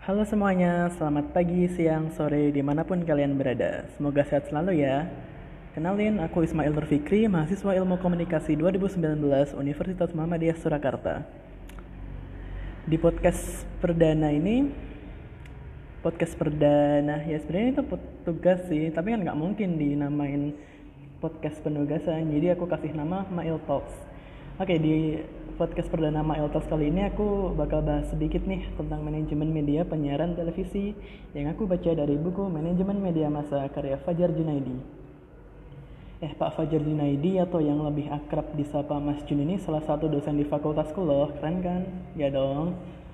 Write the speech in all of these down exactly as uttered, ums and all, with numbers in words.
Halo semuanya, selamat pagi, siang, sore, dimanapun kalian berada. Semoga sehat selalu ya. Kenalin, aku Ismail Nur Fikri, mahasiswa Ilmu Komunikasi dua ribu sembilan belas Universitas Muhammadiyah Surakarta. Di podcast perdana ini, podcast perdana, ya sebenarnya itu tugas sih, tapi kan nggak mungkin dinamain podcast penugasan, jadi aku kasih nama Mail Talks. Oke, di podcast perdana Mail Talks kali ini aku bakal bahas sedikit nih tentang manajemen media penyiaran televisi yang aku baca dari buku Manajemen Media Massa karya Fajar Junaidi. Eh, Pak Fajar Junaidi atau yang lebih akrab disapa Mas Jun ini salah satu dosen di fakultasku loh, keren kan? Ya dong.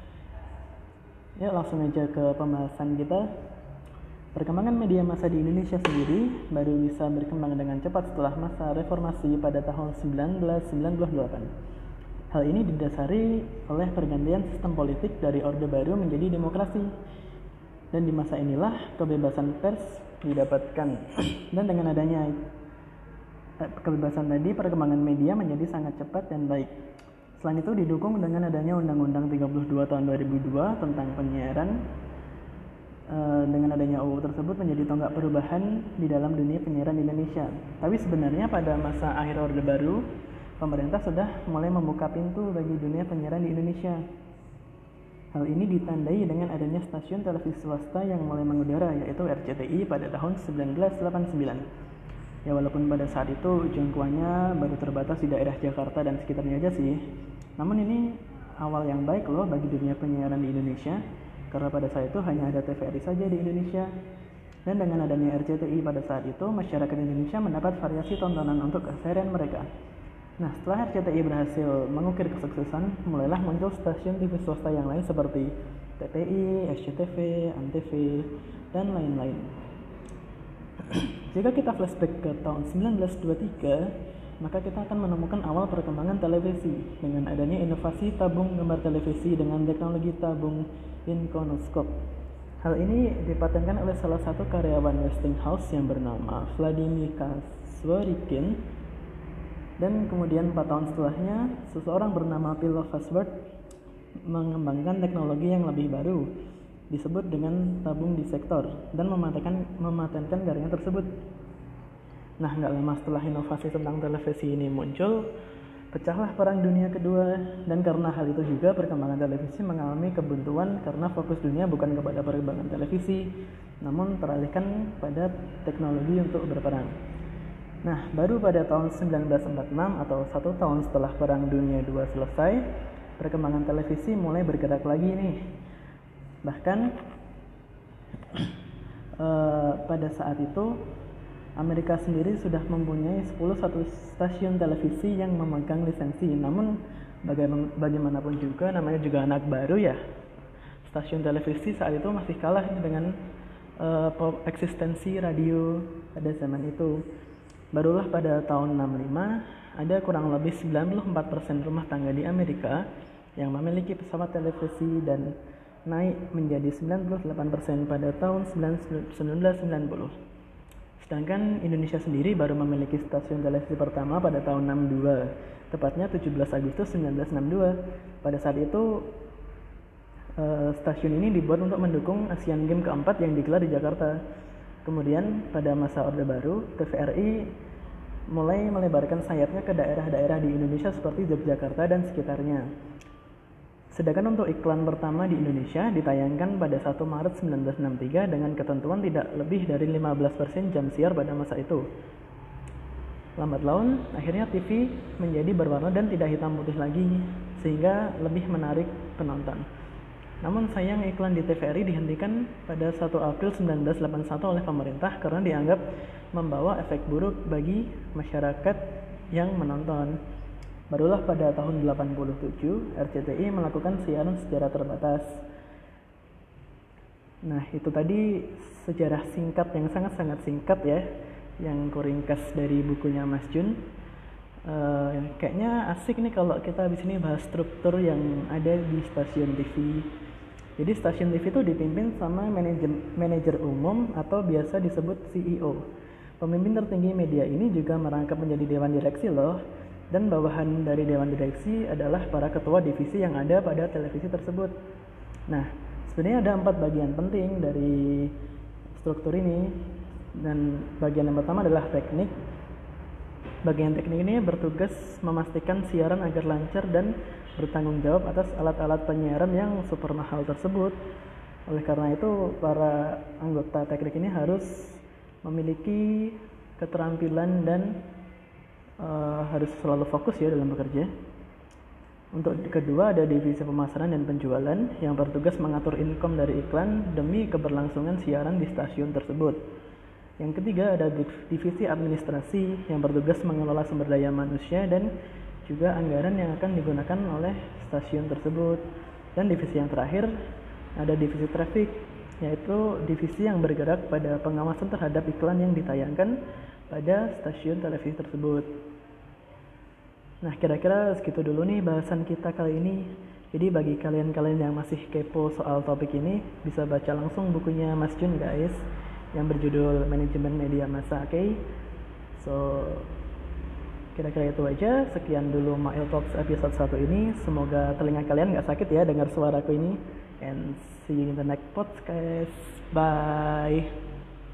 Ya langsung aja ke pembahasan kita. Perkembangan media massa di Indonesia sendiri baru bisa berkembang dengan cepat setelah masa reformasi pada tahun seribu sembilan ratus sembilan puluh delapan. Hal ini didasari oleh pergantian sistem politik dari Orde Baru menjadi demokrasi. Dan di masa inilah kebebasan pers didapatkan. Dan dengan adanya kebebasan tadi, perkembangan media menjadi sangat cepat dan baik. Selain itu didukung dengan adanya Undang-Undang tiga puluh dua tahun dua ribu dua tentang penyiaran. Dengan adanya U U tersebut menjadi tonggak perubahan di dalam dunia penyiaran di Indonesia. Tapi sebenarnya pada masa akhir Orde Baru, pemerintah sudah mulai membuka pintu bagi dunia penyiaran di Indonesia. Hal ini ditandai dengan adanya stasiun televisi swasta yang mulai mengudara, yaitu R C T I pada tahun seribu sembilan ratus delapan puluh sembilan. Ya walaupun pada saat itu jangkauannya baru terbatas di daerah Jakarta dan sekitarnya aja sih. Namun ini awal yang baik loh bagi dunia penyiaran di Indonesia. Karena pada saat itu hanya ada T V R I saja di Indonesia. Dan dengan adanya R C T I pada saat itu, masyarakat Indonesia mendapat variasi tontonan untuk keseharian mereka. Nah, setelah R C T I berhasil mengukir kesuksesan, mulailah muncul stasiun T V swasta yang lain seperti T P I, S C T V, Antv, dan lain-lain. Jika kita flashback ke tahun seribu sembilan ratus dua puluh tiga, maka kita akan menemukan awal perkembangan televisi dengan adanya inovasi tabung gambar televisi dengan teknologi tabung Inkonoskop. Hal ini dipatenkan oleh salah satu karyawan Westinghouse yang bernama Vladimir Kasworikin. Dan kemudian empat tahun setelahnya, seseorang bernama Philo Farnsworth mengembangkan teknologi yang lebih baru, disebut dengan tabung disektor, dan mematenkan, mematenkan jaringan tersebut. Nah, nggak lama setelah inovasi tentang televisi ini muncul, pecahlah Perang Dunia Kedua, dan karena hal itu juga perkembangan televisi mengalami kebuntuan karena fokus dunia bukan kepada perkembangan televisi, namun teralihkan pada teknologi untuk berperang. Nah, baru pada tahun seribu sembilan ratus empat puluh enam atau satu tahun setelah Perang Dunia Kedua selesai, perkembangan televisi mulai bergerak lagi nih. Bahkan eh, pada saat itu Amerika sendiri sudah mempunyai sepuluh satu stasiun televisi yang memegang lisensi. Namun bagaimanapun juga namanya juga anak baru ya. Stasiun televisi saat itu masih kalah dengan uh, eksistensi radio pada zaman itu. Barulah pada tahun enam puluh lima ada kurang lebih sembilan puluh empat persen rumah tangga di Amerika yang memiliki pesawat televisi dan naik menjadi sembilan puluh delapan persen pada tahun seribu sembilan ratus sembilan puluh. Sedangkan Indonesia sendiri baru memiliki stasiun televisi pertama pada tahun enam puluh dua, tepatnya tujuh belas Agustus seribu sembilan ratus enam puluh dua. Pada saat itu stasiun ini dibuat untuk mendukung Asian Games keempat yang digelar di Jakarta. Kemudian pada masa Orde Baru, T V R I mulai melebarkan sayapnya ke daerah-daerah di Indonesia seperti Yogyakarta dan sekitarnya. Sedangkan untuk iklan pertama di Indonesia ditayangkan pada satu Maret seribu sembilan ratus enam puluh tiga dengan ketentuan tidak lebih dari lima belas persen jam siar pada masa itu. Lambat laun, akhirnya T V menjadi berwarna dan tidak hitam putih lagi, sehingga lebih menarik penonton. Namun sayang iklan di T V R I dihentikan pada satu April seribu sembilan ratus delapan puluh satu oleh pemerintah karena dianggap membawa efek buruk bagi masyarakat yang menonton. Barulah pada tahun delapan puluh tujuh R C T I melakukan siaran secara terbatas. Nah, itu tadi sejarah singkat yang sangat-sangat singkat ya, yang kuringkas dari bukunya Mas Jun. Uh, kayaknya asik nih kalau kita di sini bahas struktur yang ada di stasiun T V. Jadi stasiun T V itu dipimpin sama manajer manajer umum atau biasa disebut C E O. Pemimpin tertinggi media ini juga merangkap menjadi dewan direksi loh. Dan bawahan dari dewan direksi adalah para ketua divisi yang ada pada televisi tersebut. Nah, Sebenarnya ada empat bagian penting dari struktur ini, dan bagian yang pertama adalah teknik. Bagian teknik ini bertugas memastikan siaran agar lancar dan bertanggung jawab atas alat-alat penyiaran yang super mahal tersebut. Oleh karena itu, para anggota teknik ini harus memiliki keterampilan dan uh, harus selalu fokus ya dalam bekerja. Untuk kedua ada divisi pemasaran dan penjualan yang bertugas mengatur income dari iklan demi keberlangsungan siaran di stasiun tersebut. Yang ketiga ada divisi administrasi yang bertugas mengelola sumber daya manusia dan juga anggaran yang akan digunakan oleh stasiun tersebut. Dan divisi yang terakhir ada divisi traffic, yaitu divisi yang bergerak pada pengawasan terhadap iklan yang ditayangkan pada stasiun televisi tersebut. Nah, kira-kira segitu dulu nih bahasan kita kali ini. Jadi bagi kalian-kalian yang masih kepo soal topik ini, bisa baca langsung bukunya Mas Jun guys, yang berjudul Manajemen Media Massa. Oke, okay? So kira-kira itu aja. Sekian dulu Mail Talks episode satu ini. Semoga telinga kalian gak sakit ya dengar suaraku ini. And see you in the next podcast. Bye.